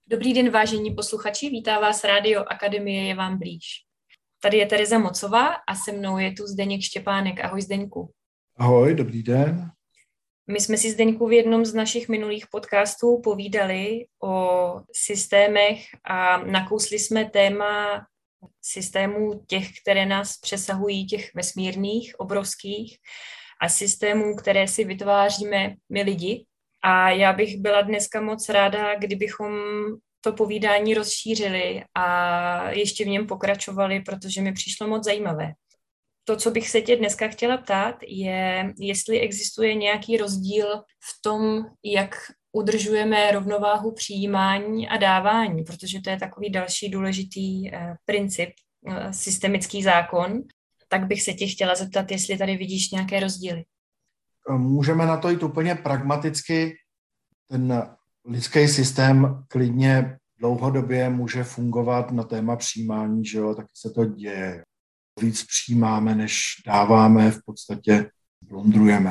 Dobrý den, vážení posluchači, vítá vás Rádio Akademie je vám blíž. Tady je Tereza Mocová a se mnou je tu Zdeněk Štěpánek. Ahoj Zdeňku. Ahoj, dobrý den. My jsme si, Zdeňku, v jednom z našich minulých podcastů povídali o systémech a nakousli jsme téma systémů těch, které nás přesahují, těch vesmírných, obrovských, a systémů, které si vytváříme my lidi. A já bych byla dneska moc ráda, kdybychom to povídání rozšířili a ještě v něm pokračovali, protože mi přišlo moc zajímavé. To, co bych se tě dneska chtěla ptát, je, jestli existuje nějaký rozdíl v tom, jak udržujeme rovnováhu přijímání a dávání, protože to je takový další důležitý princip, systemický zákon. Tak bych se tě chtěla zeptat, jestli tady vidíš nějaké rozdíly. Můžeme na to jít úplně pragmaticky. Ten lidský systém klidně dlouhodobě může fungovat na téma přijímání, že jo, taky se to děje. Víc přijímáme, než dáváme, v podstatě blondrujeme.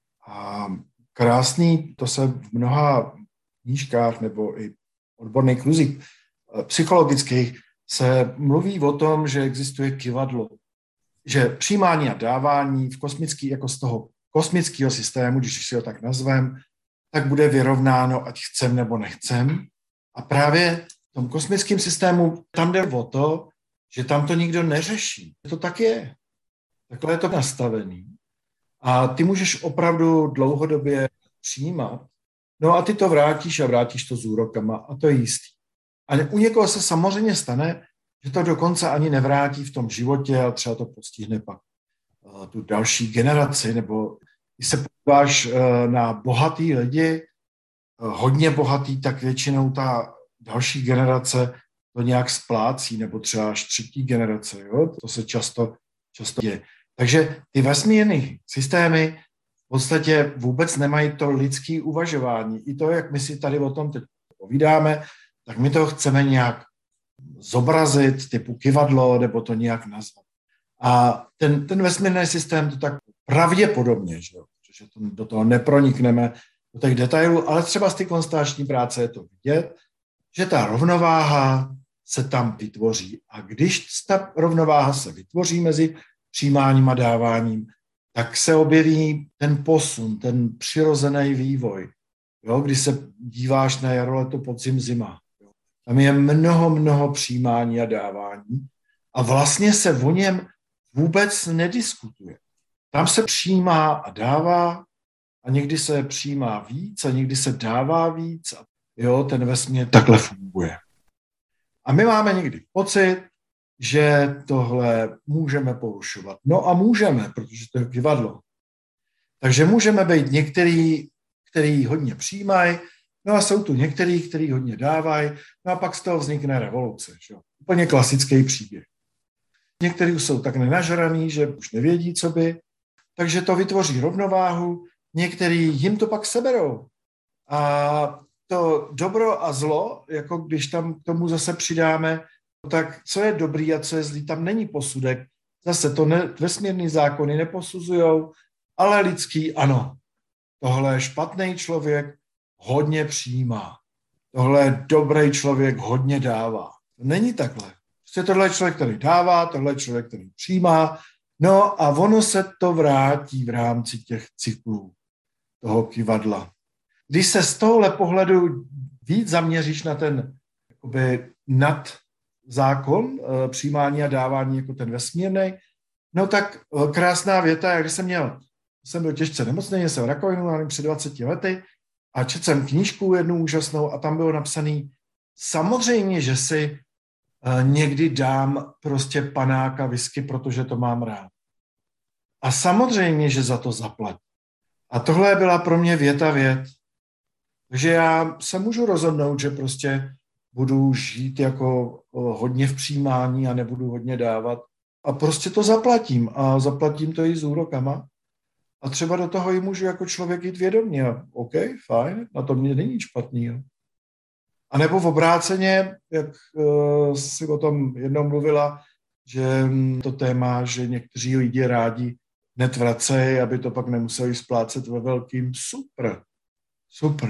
A krásný, to se v mnoha knížkách nebo i odborných kruzích psychologických se mluví o tom, že existuje kyvadlo. Že přijímání a dávání v kosmický, jako z toho kosmického systému, když si ho tak nazvem, tak bude vyrovnáno, ať chcem nebo nechcem. A právě v tom kosmickém systému tam jde o to, že tam to nikdo neřeší. To tak je. Takhle je to nastavený. A ty můžeš opravdu dlouhodobě přijímat. No a ty to vrátíš a vrátíš to s úrokama a to je jistý. A u někoho se samozřejmě stane, že to dokonce ani nevrátí v tom životě a třeba to postihne pak tu další generaci, nebo když se podíváš na bohatý lidi, hodně bohatý, tak většinou ta další generace to nějak splácí, nebo třeba až třetí generace, jo? To se často děje. Takže ty vesmírné systémy v podstatě vůbec nemají to lidské uvažování. I to, jak my si tady o tom teď povídáme, tak my to chceme nějak zobrazit, typu kyvadlo, nebo to nějak nazvat. A ten vesmírný systém to tak pravděpodobně, že jo? Protože do toho nepronikneme do těch detailů, ale třeba z té konstelační práce je to vidět, že ta rovnováha se tam vytvoří. A když ta rovnováha se vytvoří mezi přijímáním a dáváním, tak se objeví ten posun, ten přirozený vývoj. Jo? Když se díváš na jaro, leto, podzim, zima. Jo? Tam je mnoho přijímání a dávání a vlastně se o něm vůbec nediskutuje. Tam se přijímá a dává a někdy se přijímá víc a někdy se dává víc. A jo, ten vesmír takhle funguje. A my máme někdy pocit, že tohle můžeme porušovat. No a můžeme, protože to je kyvadlo. Takže můžeme být některý, který hodně přijímají, no a jsou tu některý, který hodně dávají, no a pak z toho vznikne revoluce. Že? Úplně klasický příběh. Někteří jsou tak nenažraný, že už nevědí, co by, takže to vytvoří rovnováhu, některý jim to pak seberou. A to dobro a zlo, jako když tam k tomu zase přidáme, tak co je dobrý a co je zlý, tam není posudek. Zase to vesmírný zákony neposuzujou, ale lidský ano. Tohle je špatný člověk, hodně přijímá. Tohle je dobrý člověk, hodně dává. To není takhle. Prostě tohle je člověk, který dává, tohle je člověk, který přijímá. No a ono se to vrátí v rámci těch cyklů toho kyvadla. Když se z tohohle pohledu víc zaměříš na ten jakoby nadzákon přijímání a dávání jako ten vesmírný, no tak krásná věta, když jsem byl těžce nemocný, jsem rakovinu před 20 lety a četl jsem knížku jednu úžasnou a tam bylo napsaný, samozřejmě, že si někdy dám prostě panáka whisky, protože to mám rád. A samozřejmě, že za to zaplatím. A tohle byla pro mě vět. Takže já se můžu rozhodnout, že prostě budu žít jako hodně v přijímání a nebudu hodně dávat. A prostě to zaplatím. A zaplatím to i s úrokama. A třeba do toho i můžu jako člověk jít vědomě. OK, fajn, na to mě není špatný. Jo. A nebo v obráceně, jak si o tom jednou mluvila, že to téma, že někteří lidi rádi hned vracejí, aby to pak nemuseli splácet ve velkým. Super.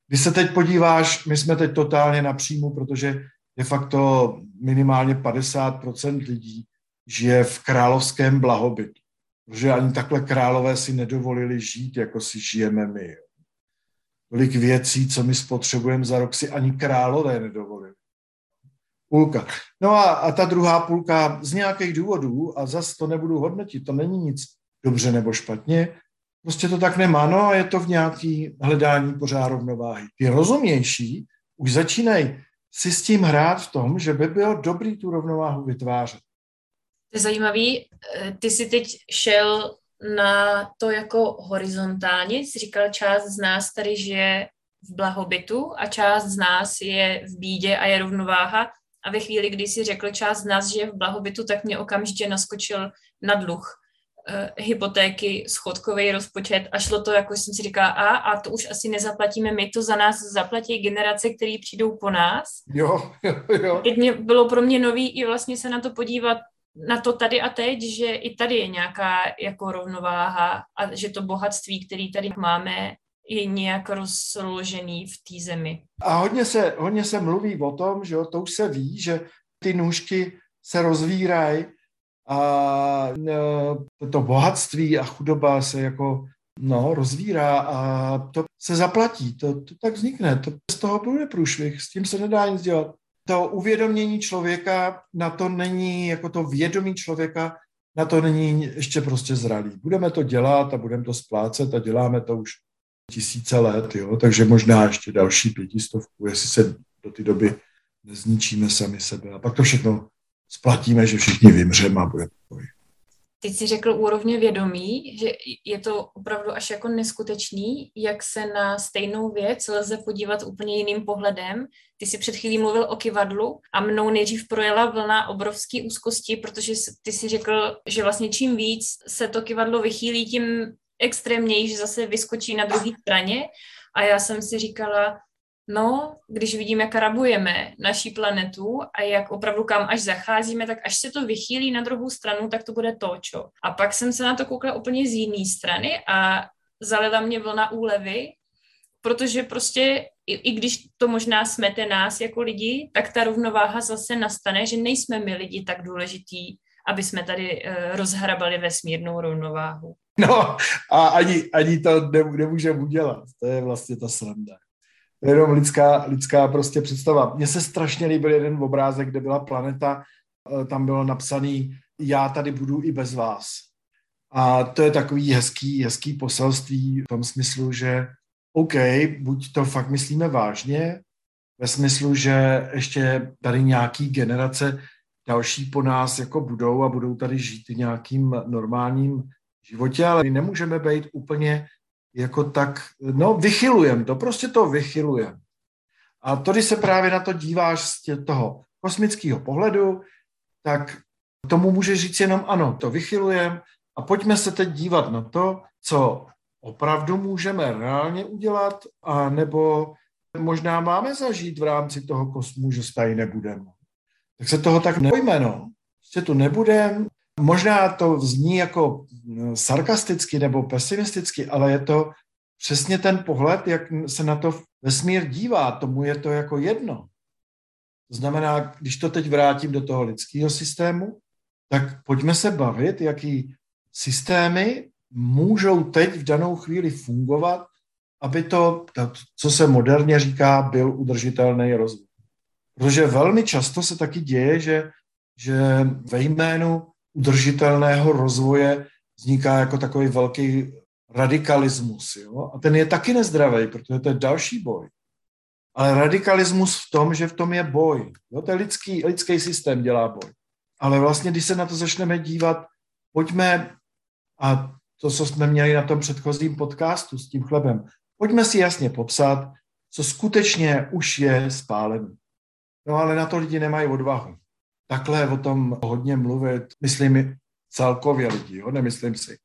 Když se teď podíváš, my jsme teď totálně na příjmu, protože de facto minimálně 50% lidí žije v královském blahobytu. Protože ani takhle králové si nedovolili žít, jako si žijeme my. Tolik věcí, co my spotřebujeme za rok, si ani králové nedovolili. Půlka. No a ta druhá půlka z nějakých důvodů, a zas to nebudu hodnotit, to není nic dobře nebo špatně, prostě to tak nemá. No a je to v nějaký hledání pořád rovnováhy. Ty rozumnější už začínají si s tím hrát v tom, že by bylo dobrý tu rovnováhu vytvářet. To je zajímavý. Ty jsi teď šel na to jako horizontálně. Jsi říkal, část z nás tady žije v blahobytu a část z nás je v bídě a je rovnováha. A ve chvíli, kdy jsi řekl, část z nás žije v blahobytu, tak mě okamžitě naskočil na dluh. Hypotéky, schodkový rozpočet a šlo to, jako jsem si říkala, a to už asi nezaplatíme my, to za nás zaplatí generace, které přijdou po nás. Jo. Teď bylo pro mě nový i vlastně se na to podívat na to tady a teď, že i tady je nějaká jako rovnováha a že to bohatství, které tady máme, je nějak rozložený v té zemi. A hodně se mluví o tom, že jo, to už se ví, že ty nůžky se rozvírají a to bohatství a chudoba se jako rozvírá a to se zaplatí, to tak vznikne, to z toho bude průšvih, s tím se nedá nic dělat. To uvědomění člověka na to není, jako to vědomí člověka na to není ještě prostě zralý. Budeme to dělat a budeme to splácet a děláme to už tisíce let, jo? Takže možná ještě další 500, jestli se do té doby nezničíme sami sebe. A pak to všechno splatíme, že všichni vymřeme a bude pokoj. Ty jsi řekl úrovně vědomí, že je to opravdu až jako neskutečný, jak se na stejnou věc lze podívat úplně jiným pohledem. Ty jsi před chvílí mluvil o kyvadlu a mnou nejdřív projela vlna obrovské úzkosti, protože ty jsi řekl, že vlastně čím víc se to kyvadlo vychýlí, tím extrémněji, že zase vyskočí na druhé straně. A já jsem si říkala, když vidím, jak rabujeme naší planetu a jak opravdu kam až zacházíme, tak až se to vychýlí na druhou stranu, tak to bude točo. A pak jsem se na to koukla úplně z jiné strany a zalila mě vlna úlevy, protože prostě i když to možná smete nás jako lidi, tak ta rovnováha zase nastane, že nejsme my lidi tak důležití, aby jsme tady rozhrabali vesmírnou rovnováhu. No a ani to nemůžeme udělat. To je vlastně ta sranda. To je jenom lidská prostě představa. Mně se strašně líbil jeden obrázek, kde byla planeta, tam bylo napsaný, já tady budu i bez vás. A to je takový hezký poselství v tom smyslu, že OK, buď to fakt myslíme vážně, ve smyslu, že ještě tady nějaký generace další po nás jako budou a budou tady žít v nějakým normálním životě, ale my nemůžeme být úplně jako tak, vychylujeme to, prostě to vychylujeme. A to, když se právě na to díváš z toho kosmického pohledu, tak tomu můžeš říct jenom ano, to vychylujeme a pojďme se teď dívat na to, co opravdu můžeme reálně udělat, a nebo možná máme zažít v rámci toho kosmu, že tady nebudeme. Tak se toho tak nebojme, Prostě tu nebudeme. Možná to zní jako sarkasticky nebo pesimisticky, ale je to přesně ten pohled, jak se na to vesmír dívá, tomu je to jako jedno. To znamená, když to teď vrátím do toho lidského systému, tak pojďme se bavit, jaký systémy můžou teď v danou chvíli fungovat, aby to, co se moderně říká, byl udržitelný rozvoj. Protože velmi často se taky děje, že ve jménu udržitelného rozvoje vzniká jako takový velký radikalismus. Jo? A ten je taky nezdravý, protože to je další boj. Ale radikalismus v tom, že v tom je boj. Jo? To je lidský systém dělá boj. Ale vlastně, když se na to začneme dívat, pojďme, a to, co jsme měli na tom předchozím podcastu s tím chlebem, pojďme si jasně popsat, co skutečně už je spálený. No ale na to lidi nemají odvahu. Takhle o tom hodně mluvit, myslím celkově lidí, nemyslím si.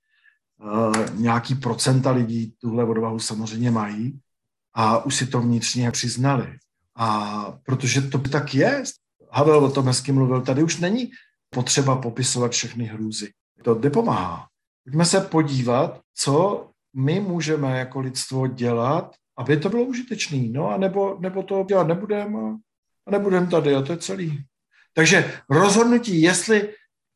Nějaký procenta lidí tuhle odvahu samozřejmě mají a už si to vnitřně přiznali. A protože to tak je, Havel o tom hezky mluvil, tady už není potřeba popisovat všechny hrůzy. To nepomáhá. Pojďme se podívat, co my můžeme jako lidstvo dělat, aby to bylo užitečné. No a nebo to dělat nebudeme a nebudeme tady a to je celý. Takže rozhodnutí, jestli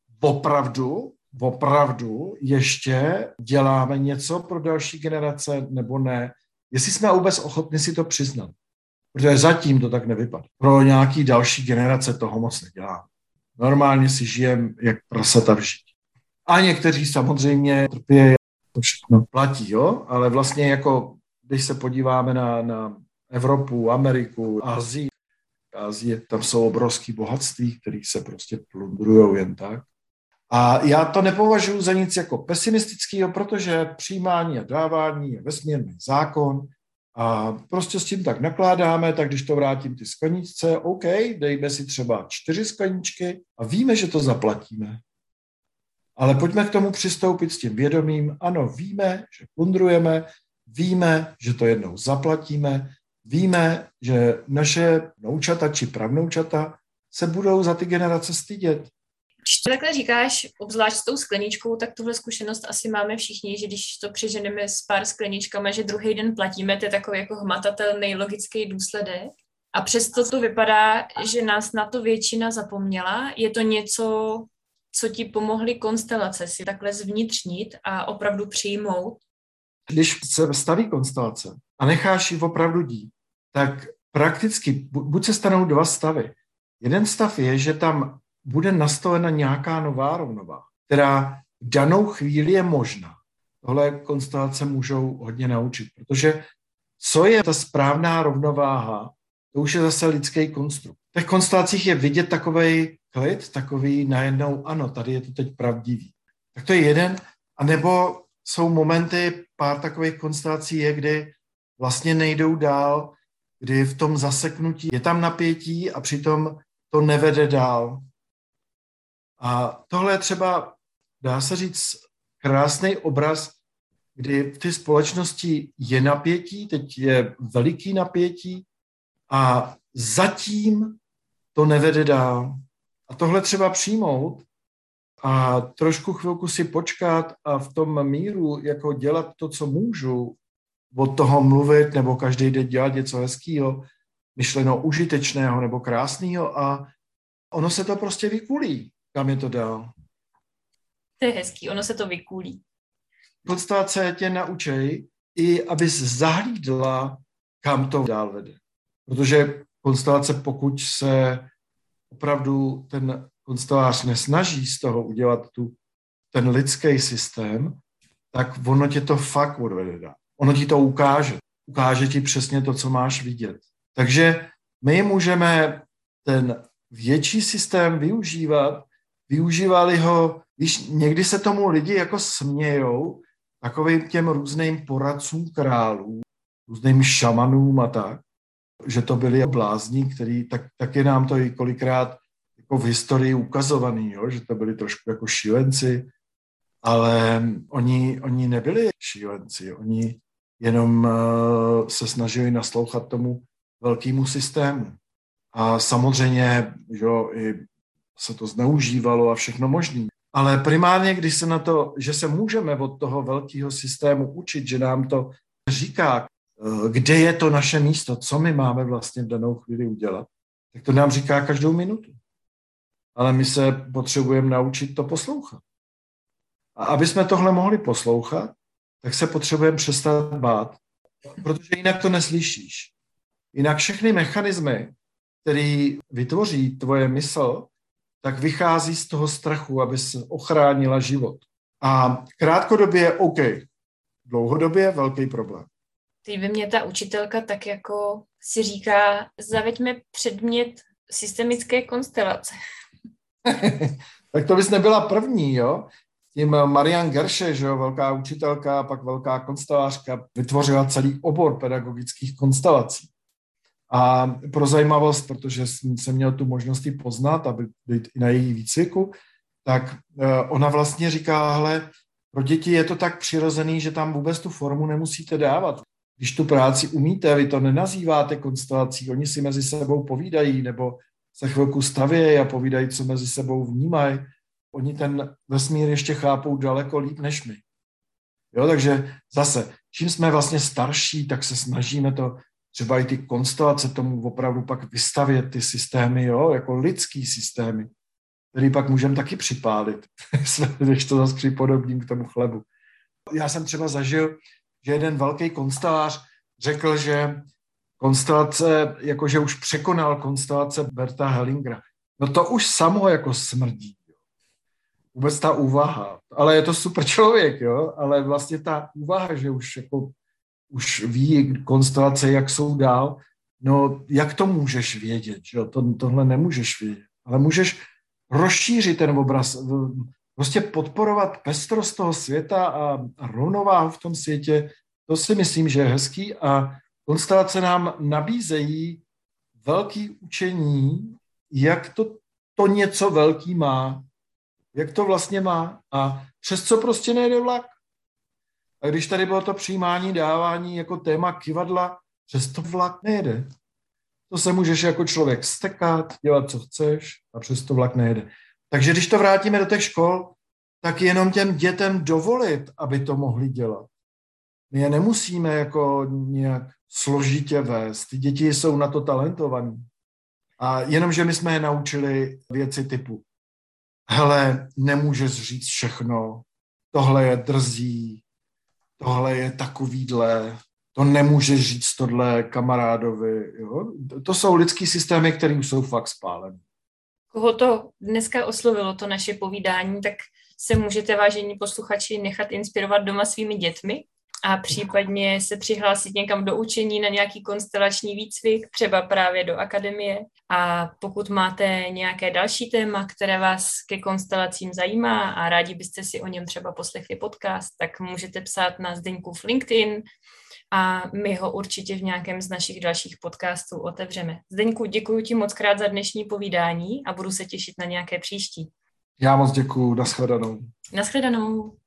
opravdu ještě děláme něco pro další generace nebo ne, jestli jsme vůbec ochotni si to přiznat. Protože zatím to tak nevypadá. Pro nějaký další generace toho moc neděláme. Normálně si žijeme jak prasata v žití. A někteří samozřejmě trpí, to všechno platí, jo? Ale vlastně jako, když se podíváme na Evropu, Ameriku, Asii, tam jsou obrovské bohatství, které se prostě plundrujou jen tak. A já to nepovažuji za nic jako pesimistického, protože přijímání a dávání je vesmírný zákon a prostě s tím tak nakládáme, tak když to vrátím ty skleničce, OK, dejme si třeba 4 skleničky a víme, že to zaplatíme. Ale pojďme k tomu přistoupit s tím vědomím. Ano, víme, že plundrujeme, víme, že to jednou zaplatíme, víme, že naše vnoučata či pravnoučata se budou za ty generace stydět. Když to takhle říkáš, obzvlášť s tou skleničkou, tak tuhle zkušenost asi máme všichni, že když to přiženeme s pár skleničkama, že druhý den platíme, to je takový jako hmatatelný logický důsledek. A přesto to vypadá, že nás na to většina zapomněla. Je to něco, co ti pomohly konstelace si takhle zvnitřnit a opravdu přijmout. Když se staví konstelace a necháš ji opravdu dít, tak prakticky buď se stanou 2 stavy. Jeden stav je, že tam bude nastolena nějaká nová rovnováha, která v danou chvíli je možná. Tohle konstelace můžou hodně naučit, protože co je ta správná rovnováha, to už je zase lidský konstrukt. V těch konstelacích je vidět takovej klid, takový najednou, ano, tady je to teď pravdivý. Tak to je jeden, anebo jsou momenty, pár takových konstelací je, kdy vlastně nejdou dál, kdy v tom zaseknutí je tam napětí a přitom to nevede dál. A tohle je třeba, dá se říct, krásný obraz, kdy v té společnosti je napětí, teď je veliký napětí a zatím to nevede dál. A tohle třeba přijmout a trošku chvilku si počkat a v tom míru jako dělat to, co můžu, od toho mluvit nebo každý den dělat něco hezkýho, myšleno užitečného nebo krásného a ono se to prostě vykulí, kam je to dál. To je hezký, ono se to vykulí. Konstelace tě naučej i abys zahlídla, kam to dál vede. Protože konstelace, pokud se opravdu ten konstelář nesnaží z toho udělat ten lidský systém, tak ono tě to fakt odvede dál. Ono ti to ukáže. Ukáže ti přesně to, co máš vidět. Takže my můžeme ten větší systém využívat. Využívali ho, víš, někdy se tomu lidi jako smějou, takovým těm různým poradcům králů, různým šamanům a tak, že to byli blázni, který, tak je nám to i kolikrát jako v historii ukazovaný, jo, že to byli trošku jako šílenci, ale oni nebyli šílenci, oni jenom se snažili naslouchat tomu velkému systému. A samozřejmě, i se to zneužívalo a všechno možné. Ale primárně, když se na to, že se můžeme od toho velkého systému učit, že nám to říká, kde je to naše místo, co my máme vlastně v danou chvíli udělat, tak to nám říká každou minutu. Ale my se potřebujeme naučit to poslouchat. A aby jsme tohle mohli poslouchat, tak se potřebujeme přestat bát, protože jinak to neslyšíš. Jinak všechny mechanismy, které vytvoří tvoje mysl, tak vychází z toho strachu, aby se ochránila život. A krátkodobě OK, dlouhodobě velký problém. Teď by mě ta učitelka tak jako si říká, zaveďme předmět systemické konstelace. Tak to bys nebyla první, jo? Tím Marianne Gersche, že jo, velká učitelka, pak velká konstelářka, vytvořila celý obor pedagogických konstelací. A pro zajímavost, protože jsem měl tu možnost ji poznat a být i na její výcviku, tak ona vlastně říká, hele, pro děti je to tak přirozený, že tam vůbec tu formu nemusíte dávat. Když tu práci umíte, vy to nenazýváte konstelací, oni si mezi sebou povídají nebo se chvilku stavějí a povídají, co mezi sebou vnímají. Oni ten vesmír ještě chápou daleko líp než my. Jo, takže zase, čím jsme vlastně starší, tak se snažíme to, třeba i ty konstelace tomu opravdu pak vystavět ty systémy, jo, jako lidský systémy, který pak můžeme taky připálit, když to zase připodobním k tomu chlebu. Já jsem třeba zažil, že jeden velký konstelář řekl, že konstelace, jakože už překonal konstelace Berta Hellingera. No to už samo jako smrdí. Jo. Vůbec ta úvaha. Ale je to super člověk, jo, ale vlastně ta úvaha, že už ví konstelace, jak jsou dál, no jak to můžeš vědět, že jo, tohle nemůžeš vědět, ale můžeš rozšířit ten obraz, prostě podporovat pestrost toho světa a rovnováhu v tom světě, to si myslím, že je hezký a konstelace nám nabízejí velký učení, jak to něco velký má, jak to vlastně má a přes co prostě nejde vlak. A když tady bylo to přijímání, dávání jako téma kyvadla, přes to vlak nejede. To se můžeš jako člověk stekat, dělat, co chceš a přes to vlak nejede. Takže když to vrátíme do těch škol, tak jenom těm dětem dovolit, aby to mohli dělat. My je nemusíme jako nějak složitě vést. Ty děti jsou na to talentovaní. A jenomže my jsme je naučili věci typu hele, nemůžeš říct všechno, tohle je drzí, tohle je takovýhle, to nemůžeš říct tohle kamarádovi. Jo? To jsou lidský systémy, které už jsou fakt spálené. Koho to dneska oslovilo, to naše povídání, tak se můžete, vážení posluchači, nechat inspirovat doma svými dětmi a případně se přihlásit někam do učení na nějaký konstelační výcvik, třeba právě do akademie. A pokud máte nějaké další téma, které vás ke konstelacím zajímá a rádi byste si o něm třeba poslechli podcast, tak můžete psát na Zdeňkův LinkedIn a my ho určitě v nějakém z našich dalších podcastů otevřeme. Zdeňku, děkuji ti moc krát za dnešní povídání a budu se těšit na nějaké příští. Já moc děkuju, nashledanou. Nashledanou.